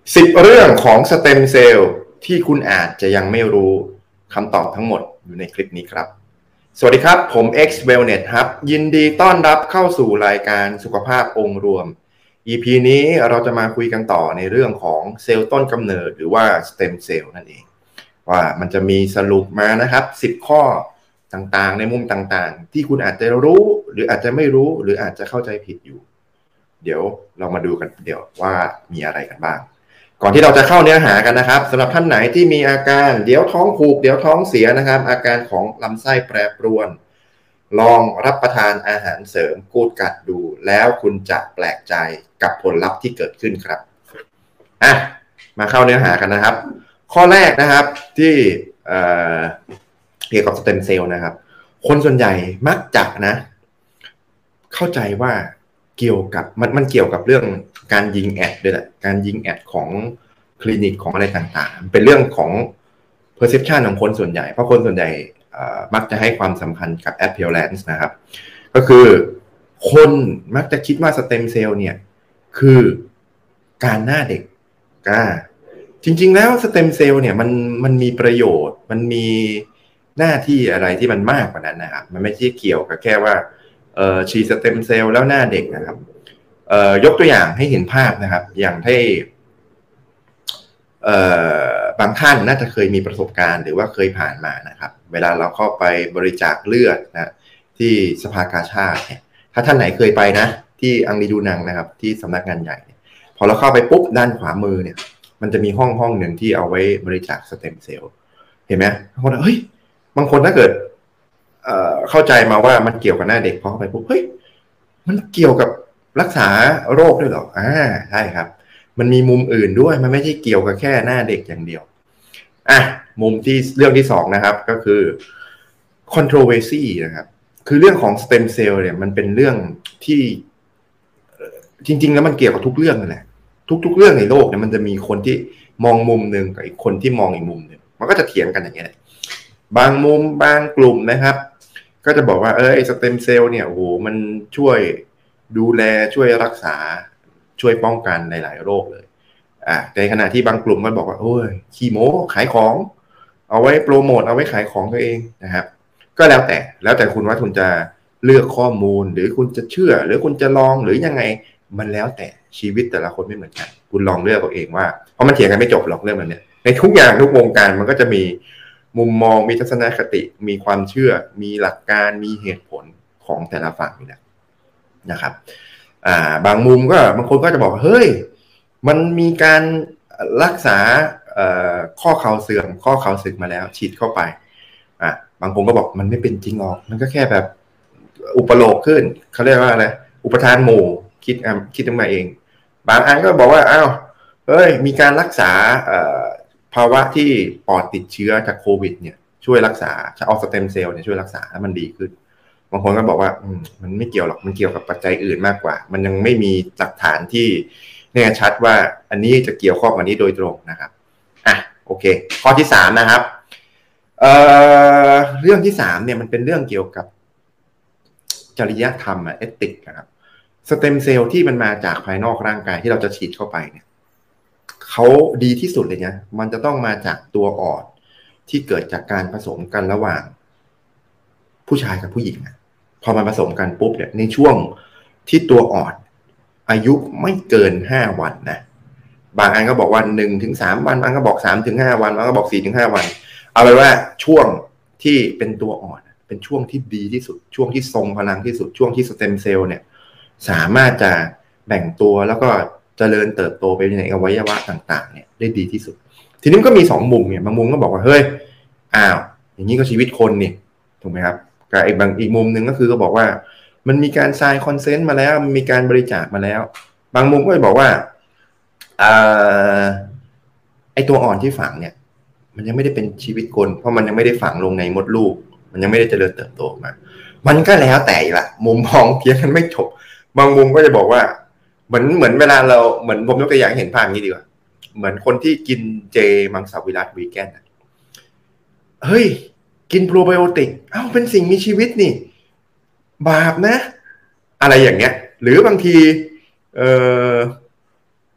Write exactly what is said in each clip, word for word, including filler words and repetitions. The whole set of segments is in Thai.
สิบเรื่องของสเต็มเซลล์ที่คุณอาจจะยังไม่รู้คำตอบทั้งหมดอยู่ในคลิปนี้ครับสวัสดีครับผม X Wellness ครับยินดีต้อนรับเข้าสู่รายการสุขภาพองค์รวม อี พี นี้เราจะมาคุยกันต่อในเรื่องของเซลล์ต้นกำเนิดหรือว่าสเต็มเซลล์นั่นเองว่ามันจะมีสรุปมานะครับสิบข้อต่างๆในมุมต่างๆที่คุณอาจจะรู้หรืออาจจะไม่รู้หรืออาจจะเข้าใจผิดอยู่เดี๋ยวเรามาดูกันเดี๋ยวว่ามีอะไรกันบ้างก่อนที่เราจะเข้าเนื้อหากันนะครับสำหรับท่านไหนที่มีอาการเดี๋ยวท้องผูกเดี๋ยวท้องเสียนะครับอาการของลำไส้แปรปรวนลองรับประทานอาหารเสริมกูดกัดดูแล้วคุณจะแปลกใจกับผลลัพธ์ที่เกิดขึ้นครับอ่ะมาเข้าเนื้อหากันนะครับข้อแรกนะครับที่เอ่อเกี่ยวกับสเต็มเซลล์นะครับคนส่วนใหญ่มักจะนะเข้าใจว่าเกี่ยวกับมันมันเกี่ยวกับเรื่องการยิงแอดด้วยแหละการยิงแอดของคลินิกของอะไรต่างๆเป็นเรื่องของ perception ของคนส่วนใหญ่เพราะคนส่วนใหญ่มักจะให้ความสำคัญกับ appearance นะครับก็คือคนมักจะคิดว่าสเต็มเซลล์เนี่ยคือการหน้าเด็กอ่าจริงๆแล้วสเต็มเซลล์เนี่ยมันมันมีประโยชน์มันมีหน้าที่อะไรที่มันมากกว่านั้นนะครับมันไม่ใช่เกี่ยวกับแค่ว่าเอ่อฉีดสเต็มเซลล์แล้วหน้าเด็กนะครับเอ่อยกตัวอย่างให้เห็นภาพนะครับอย่างที่เอ่อบางท่านน่าจะเคยมีประสบการณ์หรือว่าเคยผ่านมานะครับเวลาเราเข้าไปบริจาคเลือดนะที่สภากาชาดเนี่ยถ้าท่านไหนเคยไปนะที่อังรีดูนังนะครับที่สำนักงานใหญ่พอเราเข้าไปปุ๊บด้านขวามือเนี่ยมันจะมีห้องห้องหนึ่งที่เอาไว้บริจาคสเต็มเซลล์เห็นไหมบางคนเฮ้ยบางคนถ้าเกิดเอ่อเข้าใจมาว่ามันเกี่ยวกับหน้าเด็กพอเข้าไปปุ๊บเฮ้ยมันเกี่ยวกับรักษาโรคด้วยเหรออ่าใช่ครับมันมีมุมอื่นด้วยมันไม่ใช่เกี่ยวกับแค่หน้าเด็กอย่างเดียวอ่ะมุมที่เรื่องที่สองนะครับก็คือ controversy นะครับคือเรื่องของ stem cell เนี่ยมันเป็นเรื่องที่จริงๆแล้วมันเกี่ยวกับทุกเรื่องนั่นแหละทุกๆเรื่องในโลกเนี่ยมันจะมีคนที่มองมุมนึงกับอีกคนที่มองอีกมุมนึงมันก็จะเถียงกันอย่างเงี้ยบางมุมบางกลุ่มนะครับก็จะบอกว่าเออไอ้ stem cell เนี่ยโอ้โหมันช่วยดูแลช่วยรักษาช่วยป้องกันในหลายโรคเลยอ่ะในขณะที่บางกลุ่มก็บอกว่าโอ้ยขี้โม้ขายของเอาไว้โปรโมทเอาไว้ขายของตัวเองนะครับก็แล้วแต่แล้วแต่คุณว่าคุณจะเลือกข้อมูลหรือคุณจะเชื่อหรือคุณจะลองหรือยังไงมันแล้วแต่ชีวิตแต่ละคนไม่เหมือนกันคุณลองเลือกเอาเองว่าเพราะมันเถียงกันไม่จบหรอกเรื่องแบบนี้ในทุกอย่างทุกวงการมันก็จะมีมุมมองมีทัศนคติมีความเชื่อมีหลักการมีเหตุผลของแต่ละฝั่งนี่แหละนะครับอ่าบางมุมก็บางคนก็จะบอกเฮ้ยมันมีการรักษาข้อเข่าเสื่อมข้อเข่าสึกมาแล้วฉีดเข้าไปอ่ะบางคนก็บอกมันไม่เป็นจริงหรอกมันก็แค่แบบอุปโลกขึ้นเขาเรียกว่าอะไรอุปทานหมู่คิดคิดขึ้นมาเองบางอันก็บอกว่าอ้าวเฮ้ยมีการรักษาภาวะที่ปอดติดเชื้อจากโควิดเนี่ยช่วยรักษาจะเอาสเต็มเซลล์เนี่ยช่วยรักษาให้มันดีขึ้นบางคนก็บอกว่ามันไม่เกี่ยวหรอกมันเกี่ยวกับปัจจัยอื่นมากกว่ามันยังไม่มีหลักฐานที่แน่ชัดว่าอันนี้จะเกี่ยวข้องกับนี้โดยตรงนะครับอ่ะโอเคข้อที่สามนะครับเอ่อเรื่องที่สามเนี่ยมันเป็นเรื่องเกี่ยวกับจริยธรรมอะเอติกนะครับสเต็มเซลล์ที่มันมาจากภายนอกร่างกายที่เราจะฉีดเข้าไปเนี่ยเขาดีที่สุดเลยนะมันจะต้องมาจากตัวอ่อนที่เกิดจากการผสมกันระหว่างผู้ชายกับผู้หญิงนะพอมาผสมกันปุ๊บเนี่ยในช่วงที่ตัวอ่อนอายุไม่เกินห้าวันนะบางอันก็บอกว่าหนึ่งถึงสามวันบางก็บอกสามถึงห้าวันบางก็บอกสี่ถึงห้าวันเอาไว้ว่าช่วงที่เป็นตัวอ่อนเป็นช่วงที่ดีที่สุดช่วงที่ทรงพลังที่สุดช่วงที่สเต็มเซลล์เนี่ยสามารถจะแบ่งตัวแล้วก็เจริญเติบโตไปในอวัยวะต่างๆเนี่ยได้ดีที่สุดทีนี้ก็มีสองมุมเนี่ยบางมุมก็บอกว่าเฮ้ยอ้าวอย่างนี้ก็ชีวิตคนนี่ถูกไหมครับกับอีกบางอีกมุมนึงก็คือก็บอกว่ามันมีการไซน์คอนเซนต์มาแล้วมีการบริจาคมาแล้วบางมุมก็บอกว่าอ่าไอตัวอ่อนที่ฝังเนี่ยมันยังไม่ได้เป็นชีวิตคนเพราะมันยังไม่ได้ฝังลงในมดลูกมันยังไม่ได้เจริญเติบโตมามันก็แล้วแต่ละมุมมองเพียงกันไม่จบบางมุมก็จะบอกว่าเหมือนเหมือนเวลาเราเหมือนผมยกตัวอย่างเห็นภาพนี้ดีกว่าเหมือนคนที่กินเจมังสวิรัติวีแกนเฮ้ยกินโปรไบโอติกเอ้าเป็นสิ่งมีชีวิตนี่บาปนะอะไรอย่างเงี้ยหรือบางทีเอ่อ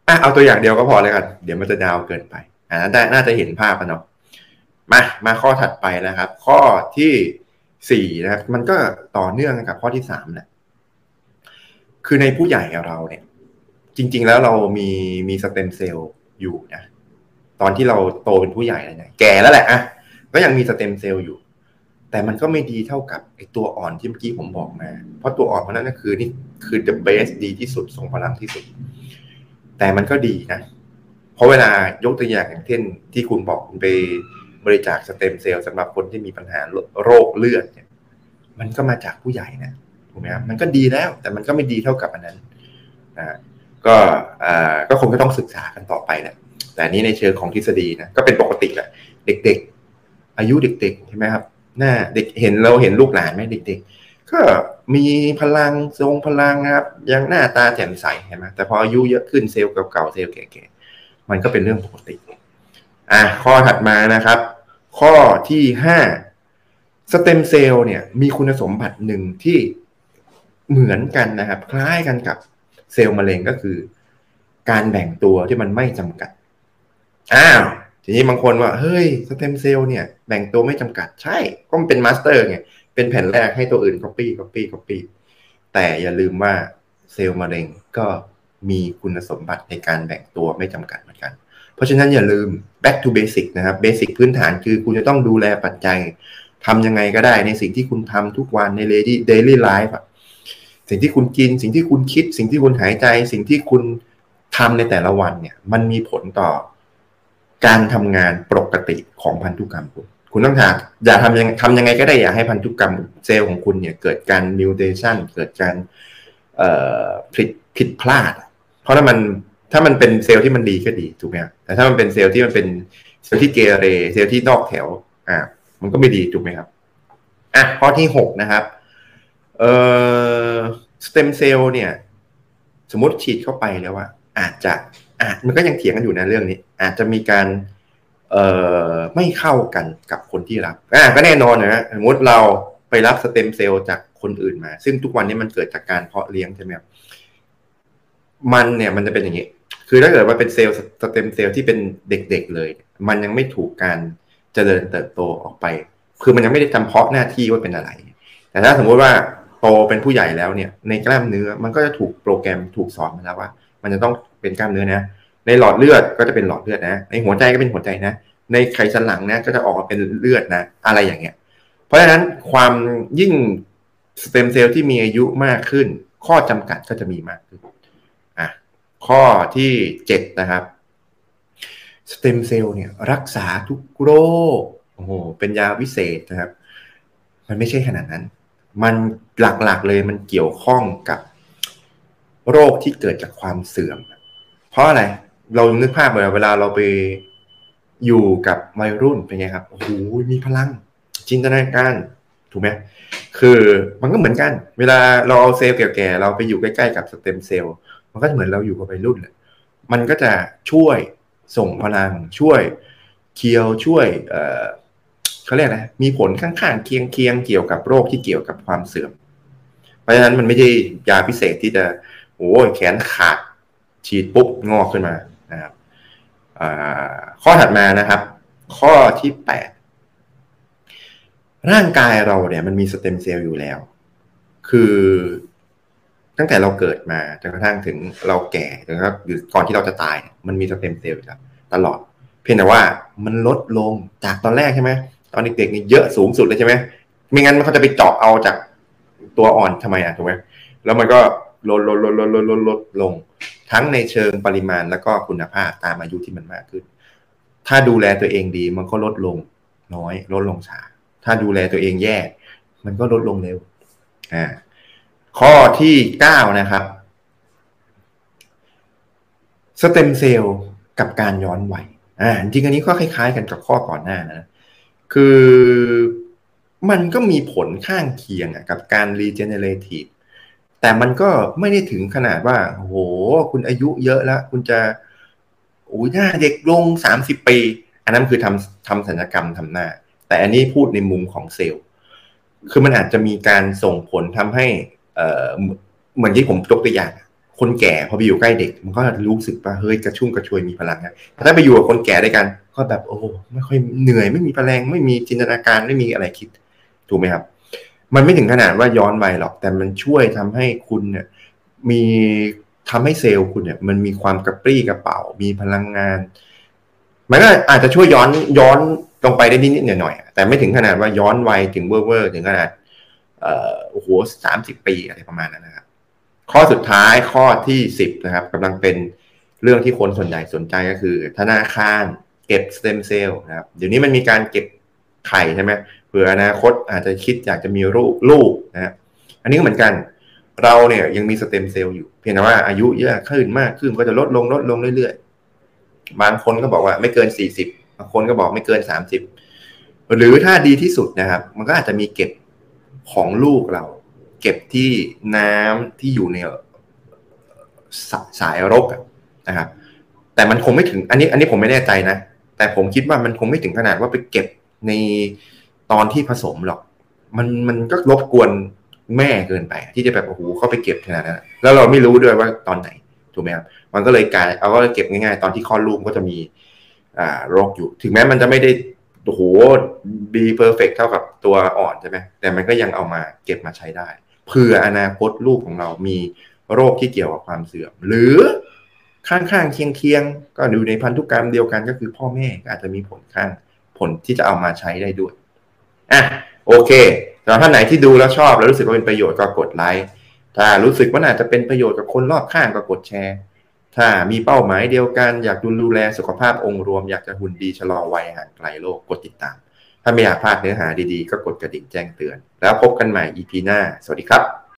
อ่ะเอาตัวอย่างเดียวก็พอเลยกันเดี๋ยวมันจะดาวเกินไปอ่าน่าจะเห็นภาพกันเนาะมามาข้อถัดไปนะครับ ข้อที่สี่นะครับมันก็ต่อเนื่องกับข้อที่สามแหละคือในผู้ใหญ่เราเนี่ยจริงๆแล้วเรามีมีสเต็มเซลล์อยู่นะตอนที่เราโตเป็นผู้ใหญ่แล้วเนี่ยแก่แล้วแหละอ่ะก็ยังมีสเต็มเซลล์อยู่แต่มันก็ไม่ดีเท่ากับไอตัวอ่อนที่เมื่อกี้ผมบอกมาเพราะตัวอ่อนมันนั่นก็คือนี่คือ the best ดีที่สุดทรงพลังที่สุดแต่มันก็ดีนะเพราะเวลายกตัวอย่างอย่างเช่นที่คุณบอกคุณไปบริจาคสเต็มเซลล์สำหรับคนที่มีปัญหาโรคเลือดเนี่ยมันก็มาจากผู้ใหญ่นะถูกไหมครับมันก็ดีแล้วแต่มันก็ไม่ดีเท่ากับอันนั้นนะก็อ่าก็คงจะต้องศึกษากันต่อไปนะแต่นี้ในเชิงของทฤษฎีนะก็เป็นปกติแหละเด็กๆอายุเด็กๆใช่ไหมครับหน้าเด็กเห็นเราเห็นลูกหลานไหมเด็กๆก็มีพลังทรงพลังครับยังหน้าตาแจ่มใสใช่ไหมแต่พออายุเยอะขึ้นเซลล์เก่าๆเซลล์แก่ๆมันก็เป็นเรื่องปกติอ่ะข้อถัดมานะครับ ข้อที่ห้าสเต็มเซลล์เนี่ยมีคุณสมบัติหนึ่งที่เหมือนกันนะครับคล้ายกันกับเซลล์มะเร็งก็คือการแบ่งตัวที่มันไม่จำกัดอ้าวทีนี้บางคนว่าเฮ้ยสเต็มเซลล์เนี่ยแบ่งตัวไม่จำกัดใช่ก็มันเป็นมาสเตอร์ไงเป็นแผ่นแรกให้ตัวอื่น copy copy copy แต่อย่าลืมว่าเซลล์มะเร็งก็มีคุณสมบัติในการแบ่งตัวไม่จำกัดเหมือนกันเพราะฉะนั้นอย่าลืม back to basic นะครับ basic พื้นฐานคือคุณจะต้องดูแลปัจจัยทำยังไงก็ได้ในสิ่งที่คุณทำทุกวันใน daily daily life อะสิ่งที่คุณกินสิ่งที่คุณคิดสิ่งที่คุณหายใจสิ่งที่คุณทำในแต่ละวันเนี่ยมันมีผลต่อการทำงานปกติของพันธุกรรมคุณคุณต้องทำอย่าทำยังทำยังไงก็ได้อย่าให้พันธุกรรมเซลล์ของคุณเนี่ยเกิดการ mutation เกิดการเอ่อผิดผิดพลาดเพราะถ้ามันถ้ามันเป็นเซลล์ที่มันดีก็ดีถูกไหมครับแต่ถ้ามันเป็นเซลล์ที่มันเป็นเซลล์ที่เกเรเซลล์ที่นอกแถวอ่ามันก็ไม่ดีถูกไหมครับอ่ะข้อที่หกนะครับเอ่อสเต็มเซลล์เนี่ยสมมติฉีดเข้าไปแล้วว่าอาจจะอาจมันก็ยังเถียงกันอยู่นะเรื่องนี้อาจจะมีการเอ่อไม่เข้ากันกับคนที่รับอ่าก็แน่นอนนะสมมติเราไปรับสเต็มเซลล์จากคนอื่นมาซึ่งทุกวันนี้มันเกิดจากการเพาะเลี้ยงใช่ไหมครับมันเนี่ยมันจะเป็นอย่างนี้คือถ้าเกิดว่าเป็นเซลล์สเต็มเซลล์ที่เป็นเด็กๆเลยมันยังไม่ถูกการเจริญเติบโตออกไปคือมันยังไม่ได้จำเพาะหน้าที่ว่าเป็นอะไรแต่ถ้าสมมติว่าโตเป็นผู้ใหญ่แล้วเนี่ยในกล้ามเนื้อมันก็จะถูกโปรแกรมถูกสอนมาแล้วว่ามันจะต้องเป็นกล้ามเนื้อนะในหลอดเลือดก็จะเป็นหลอดเลือดนะในหัวใจก็เป็นหัวใจนะในไขสันหลังนะก็จะออกมาเป็นเลือดนะอะไรอย่างเงี้ยเพราะฉะนั้นความยิ่งสเต็มเซลล์ที่มีอายุมากขึ้นข้อจำกัดก็จะมีมากขึ้นอ่ะข้อที่เจ็ดนะครับสเต็มเซลล์เนี่ยรักษาทุกโรคโอ้โหเป็นยาวิเศษนะครับมันไม่ใช่ขนาดนั้นมันหลักๆเลยมันเกี่ยวข้องกับโรคที่เกิดจากความเสื่อมเพราะอะไรเรานึกภาพเลยเวลาเราไปอยู่กับวัยรุ่นเป็นไงครับโอ้โหมีพลังจินตนาการถูกไหมคือมันก็เหมือนกันเวลาเราเอาเซลล์แก่ๆเราไปอยู่ใกล้ๆกับสเต็มเซลล์มันก็เหมือนเราอยู่กับวัยรุ่นเลยมันก็จะช่วยส่งพลังช่วยเคียวช่วยเอ่อเขาเรียกอะไรมีผลข้างๆเคียงเคียงเกี่ยวกับโรคที่เกี่ยวกับความเสื่อมเพราะฉะนั้นมันไม่ใช่ยาพิเศษที่จะโอ้ยแขนขาดฉีดปุ๊บงอกขึ้นมานะครับข้อถัดมานะครับข้อที่แปดร่างกายเราเนี่ยมันมีสเต็มเซลล์อยู่แล้วคือตั้งแต่เราเกิดมาจนกระทั่งถึงเราแก่จนกระทั่งหรือก่อนที่เราจะตายมันมีสเต็มเซลล์อยู่แล้วตลอดเพียงแต่ว่ามันลดลงจากตอนแรกใช่ไหมตอนเด็กๆนี่เยอะสูงสุดเลยใช่ไหมไม่งั้นเขาจะไปเจาะเอาจากตัวอ่อนทำไมอ่ะถูกไหมแล้วมันก็ลดลดลดลดลดลดลดลงทั้งในเชิงปริมาณแล้วก็คุณภาพตามอายุที่มันมากขึ้นถ้าดูแลตัวเองดีมันก็ลดลงน้อยลดลงช้าถ้าดูแลตัวเองแย่มันก็ลดลงเร็วอ่าข้อที่เก้านะครับสเต็มเซลล์กับการย้อนวัยอ่าจริงอันนี้ก็คล้ายๆกันกับข้อก่อนหน้านะคือมันก็มีผลข้างเคียงกับการ regenerative แต่มันก็ไม่ได้ถึงขนาดว่าโอ้โหคุณอายุเยอะแล้วคุณจะโอ้ยหน้าเด็กลงสามสิบปีอันนั้นคือทำทำศัลยกรรมทำหน้าแต่อันนี้พูดในมุมของเซลล์คือมันอาจจะมีการส่งผลทำให้เอ่อเหมือนที่ผมยกตัวอย่างคนแก่พอไปอยู่ใกล้เด็กมันก็รู้สึกว่าเฮ้ยกระชุ่มกระชวยมีพลังนะถ้าไปอยู่กับคนแก่ด้วยกันก็แบบโอ้ไม่ค่อยเหนื่อยไม่มีพลังไม่มีจินตนาการไม่มีอะไรคิดถูกไหมครับมันไม่ถึงขนาดว่าย้อนวัยหรอกแต่มันช่วยทำให้คุณเนี่ยมีทำให้เซลล์คุณเนี่ยมันมีความกระปรี้กระเป๋ามีพลังงานมันก็อาจจะช่วยย้อนย้อนลงไปได้นิดๆหน่อยๆแต่ไม่ถึงขนาดว่าย้อนวัยถึงเว่อร์ๆถึงขนาดเอ่อโอ้โหสามสิบปีอะไรประมาณนั้นนะครับข้อสุดท้ายข้อที่สิบนะครับกำลังเป็นเรื่องที่คนส่วนใหญ่สนใจก็คือธนาคารเก็บสเต็มเซลล์นะครับเดี๋ยวนี้มันมีการเก็บไข่ใช่ไหมเผื่ออนาคตอาจจะคิดอยากจะมีลูกลูกนะฮะอันนี้ก็เหมือนกันเราเนี่ยยังมีสเต็มเซลล์อยู่เพียงแต่ว่าอายุเยอะขึ้นมากขึ้นก็จะลดลงลดลงเรื่อยๆบางคนก็บอกว่าไม่เกินสี่สิบบางคนก็บอกไม่เกินสามสิบหรือถ้าดีที่สุดนะครับมันก็อาจจะมีเก็บของลูกเราเก็บที่น้ำที่อยู่ในสายรกนะครับแต่มันคงไม่ถึงอันนี้อันนี้ผมไม่แน่ใจนะแต่ผมคิดว่ามันคงไม่ถึงขนาดว่าไปเก็บในตอนที่ผสมหรอกมันมันก็รบกวนแม่เกินไปที่จะแบบโอ้โหเขาไปเก็บขนาดนั้นแล้วเราไม่รู้ด้วยว่าตอนไหนถูกไหมครับมันก็เลยกลายเอาก็เก็บง่ายๆตอนที่คลอดลูกก็จะมีอ่ารกอยู่ถึงแม้มันจะไม่ได้โอ้โหดีเพอร์เฟกต์เท่ากับตัวอ่อนใช่ไหมแต่มันก็ยังเอามาเก็บมาใช้ได้เผื่ออนาคตลูกของเรามีโรคที่เกี่ยวกับความเสื่อมหรือข้างๆเคียงๆก็อยู่ในพันธุกรรมเดียวกันก็คือพ่อแม่ก็อาจจะมีผลข้างผลที่จะเอามาใช้ได้ด้วยอ่ะโอเคสำหรับท่านไหนที่ดูแล้วชอบแล้วรู้สึกว่าเป็นประโยชน์ก็กดไลค์ถ้ารู้สึกว่าน่าจะเป็นประโยชน์กับคนรอบข้างก็กดแชร์ถ้ามีเป้าหมายเดียวกันอยากดูแลสุขภาพองค์รวมอยากจะหุ่นดีชะลอวัยห่างไกลโรคกดติดตามถ้าไม่อยากพลาดเนื้อหาดีๆก็กดกระดิ่งแจ้งเตือนแล้วพบกันใหม่ อี พี หน้าสวัสดีครับ